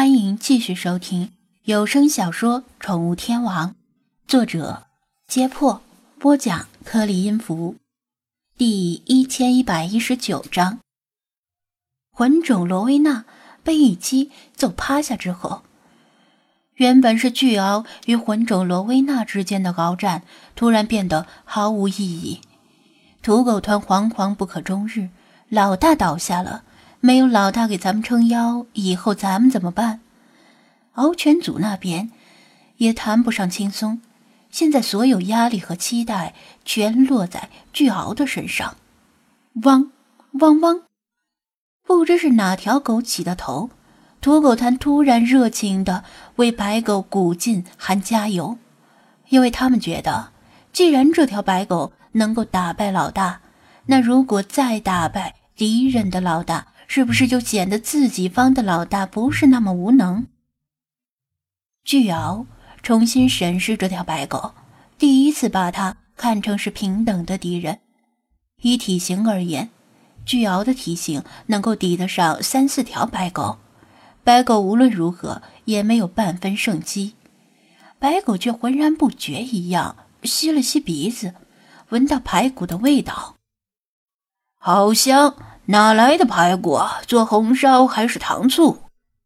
欢迎继续收听有声小说《宠物天王》，作者揭破，播讲颗粒音符，第1119章。魂种罗威纳被一击揍趴下之后，原本是巨鳌与魂种罗威纳之间的鏖战突然变得毫无意义。土狗团惶惶不可终日，老大倒下了，没有老大给咱们撑腰，以后咱们怎么办？獒犬组那边也谈不上轻松，现在所有压力和期待全落在巨鳌的身上。汪汪汪！不知是哪条狗起的头，土狗团突然热情地为白狗鼓劲喊加油，因为他们觉得，既然这条白狗能够打败老大，那如果再打败敌人的老大，是不是就显得自己方的老大不是那么无能？巨鳌重新审视这条白狗，第一次把它看成是平等的敌人。以体型而言，巨鳌的体型能够抵得上3-4条白狗，白狗无论如何也没有半分胜机。白狗却浑然不觉一样，吸了吸鼻子，闻到排骨的味道。好香，哪来的排骨？做红烧还是糖醋？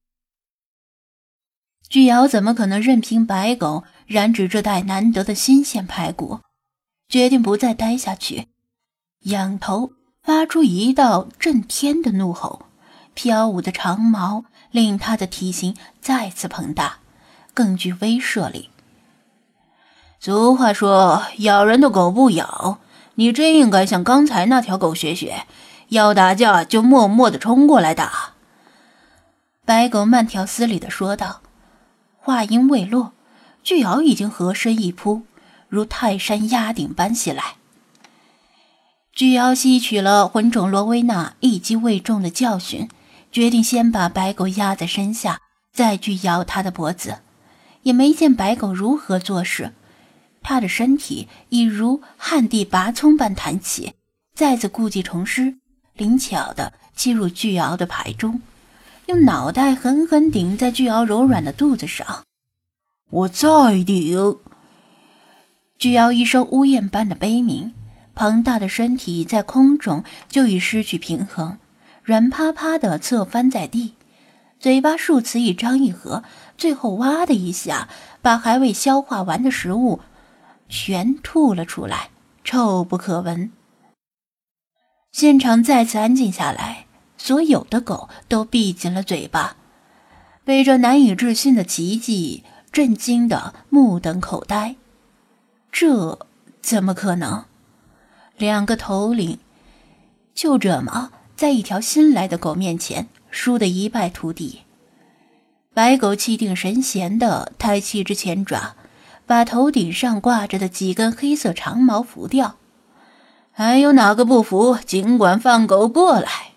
巨鳌怎么可能任凭白狗染指这袋难得的新鲜排骨？决定不再待下去，仰头发出一道震天的怒吼，飘舞的长毛令他的体型再次膨大，更具威慑力。俗话说，咬人的狗不咬，你真应该向刚才那条狗学学，要打架就默默地冲过来打。白狗慢条斯理地说道。话音未落，巨鳌已经合身一扑，如泰山压顶般袭来。巨鳌吸取了魂种罗威纳一击未中的教训，决定先把白狗压在身下，再去咬它的脖子。也没见白狗如何做事，它的身体已如旱地拔葱般弹起，再次故技重施，灵巧地侵入巨鳌的排中，用脑袋狠狠顶在巨鳌柔软的肚子上。我再顶！巨鳌一声呜咽般的悲鸣，庞大的身体在空中就已失去平衡，软趴趴地侧翻在地，嘴巴数次一张一合，最后哇的一下把还未消化完的食物全吐了出来，臭不可闻。现场再次安静下来，所有的狗都闭紧了嘴巴，被这难以置信的奇迹震惊得目瞪口呆。这怎么可能？2个头领就这么在一条新来的狗面前输得一败涂地。白狗气定神闲地抬起只前爪，把头顶上挂着的几根黑色长毛拂掉。还有哪个不服，尽管放狗过来。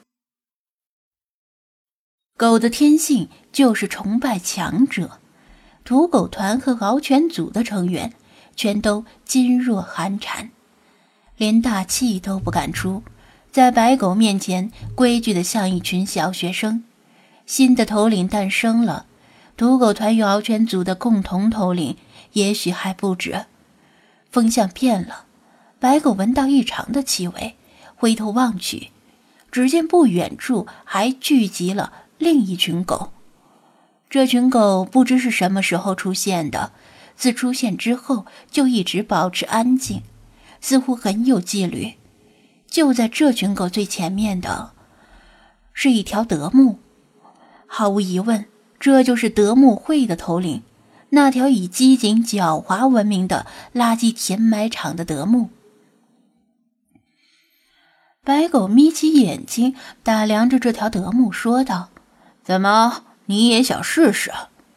狗的天性就是崇拜强者，土狗团和獒犬组的成员全都噤若寒蝉，连大气都不敢出，在白狗面前规矩的像一群小学生。新的头领诞生了，土狗团与獒犬组的共同头领也许还不止。风向变了，白狗闻到异常的气味，回头望去，只见不远处还聚集了另一群狗。这群狗不知是什么时候出现的，自出现之后就一直保持安静，似乎很有纪律。就在这群狗最前面的是一条德牧，毫无疑问，这就是德牧会的头领，那条以机警狡猾闻名的垃圾填埋场的德牧。白狗眯起眼睛打量着这条德牧，说道：怎么，你也想试试？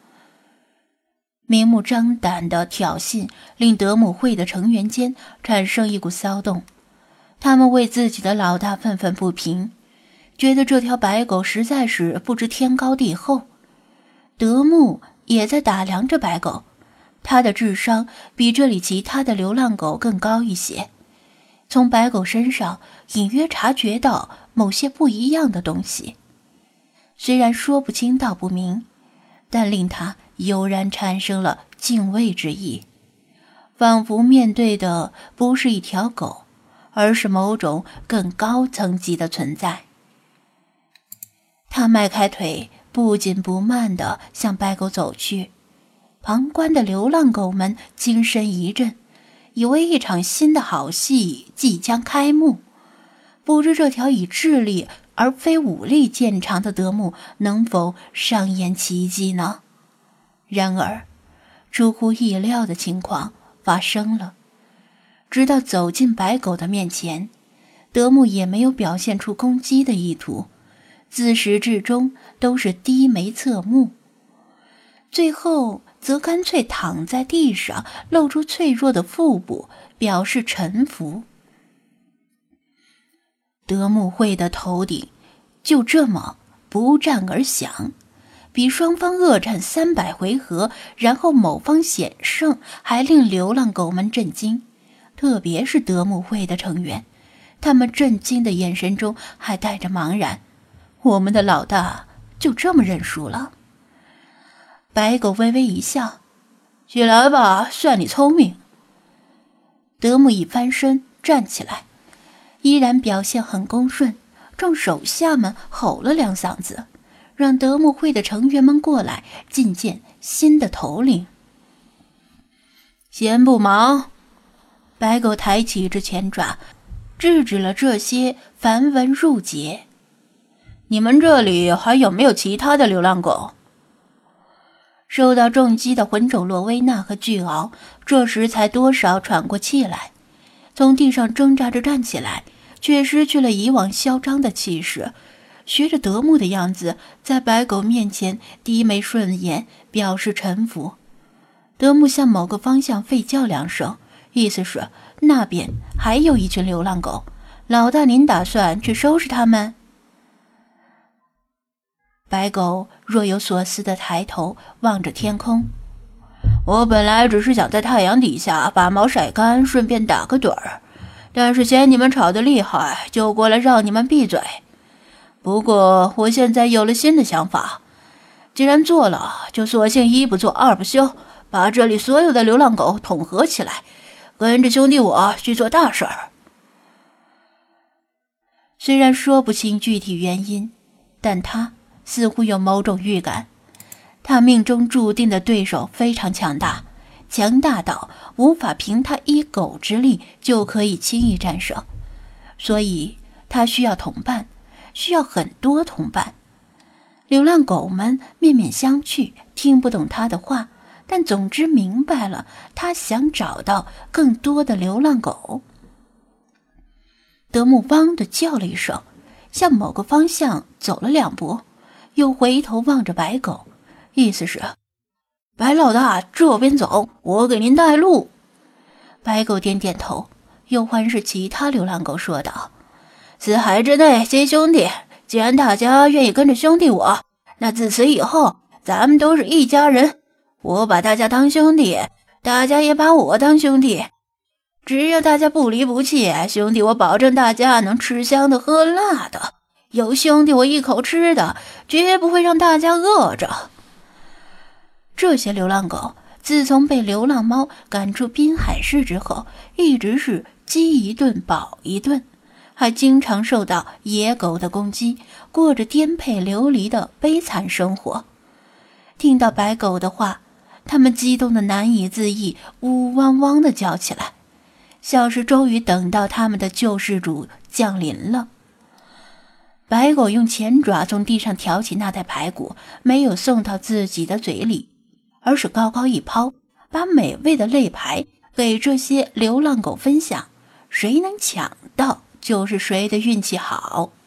明目张胆的挑衅令德牧会的成员间产生一股骚动，他们为自己的老大愤愤不平，觉得这条白狗实在是不知天高地厚。德牧也在打量着白狗，他的智商比这里其他的流浪狗更高一些，从白狗身上隐约察觉到某些不一样的东西。虽然说不清道不明， 但令他悠然产生了敬畏之意，仿佛面对的不是一条狗，而是某种更高层级的存在。他迈开腿，不紧不慢地向白狗走去。旁观的流浪狗们精神一振，以为一场新的好戏即将开幕。不知这条以智力而非武力见长的德牧能否上演奇迹呢？然而，出乎意料的情况发生了。直到走进白狗的面前，德牧也没有表现出攻击的意图，自始至终都是低眉侧目，最后则干脆躺在地上，露出脆弱的腹部，表示臣服。德牧会的头顶就这么不战而降，比双方恶战300回合，然后某方险胜，还令流浪狗们震惊。特别是德牧会的成员，他们震惊的眼神中还带着茫然。我们的老大就这么认输了？白狗微微一笑，起来吧，算你聪明。德牧一翻身站起来，依然表现很恭顺，冲手下们吼了2嗓子，让德牧会的成员们过来觐见新的头领。先不忙，白狗抬起这前爪，制止了这些繁文缛节。你们这里还有没有其他的流浪狗？受到重击的魂种洛威纳和巨鳌这时才多少喘过气来，从地上挣扎着站起来，却失去了以往嚣张的气势，学着德牧的样子，在白狗面前低眉顺眼，表示臣服。德牧向某个方向吠叫2声，意思是那边还有一群流浪狗，老大您打算去收拾他们？白狗若有所思地抬头望着天空，我本来只是想在太阳底下把毛晒干，顺便打个盹儿，但是嫌你们吵得厉害，就过来让你们闭嘴。不过我现在有了新的想法，既然做了，就索性一不做二不休，把这里所有的流浪狗统合起来，跟着兄弟我去做大事儿。虽然说不清具体原因，但他似乎有某种预感，他命中注定的对手非常强大，强大到无法凭他一狗之力就可以轻易战胜，所以他需要同伴，需要很多同伴。流浪狗们面面相觑，听不懂他的话，但总之明白了，他想找到更多的流浪狗。德牧汪地叫了一声，向某个方向走了2步，又回头望着白狗，意思是白老大这边走，我给您带路。白狗点点头，又环视其他流浪狗说道，四海之内皆兄弟，既然大家愿意跟着兄弟我，那自此以后咱们都是一家人，我把大家当兄弟，大家也把我当兄弟，只要大家不离不弃，兄弟我保证大家能吃香的喝辣的，有兄弟我一口吃的，绝不会让大家饿着。这些流浪狗自从被流浪猫赶出滨海市之后，一直是饥一顿饱一顿，还经常受到野狗的攻击，过着颠沛流离的悲惨生活。听到白狗的话，他们激动得难以自抑，呜汪汪地叫起来，像是终于等到他们的救世主降临了。白狗用前爪从地上挑起那袋排骨，没有送到自己的嘴里，而是高高一抛，把美味的肋排给这些流浪狗分享，谁能抢到就是谁的运气好。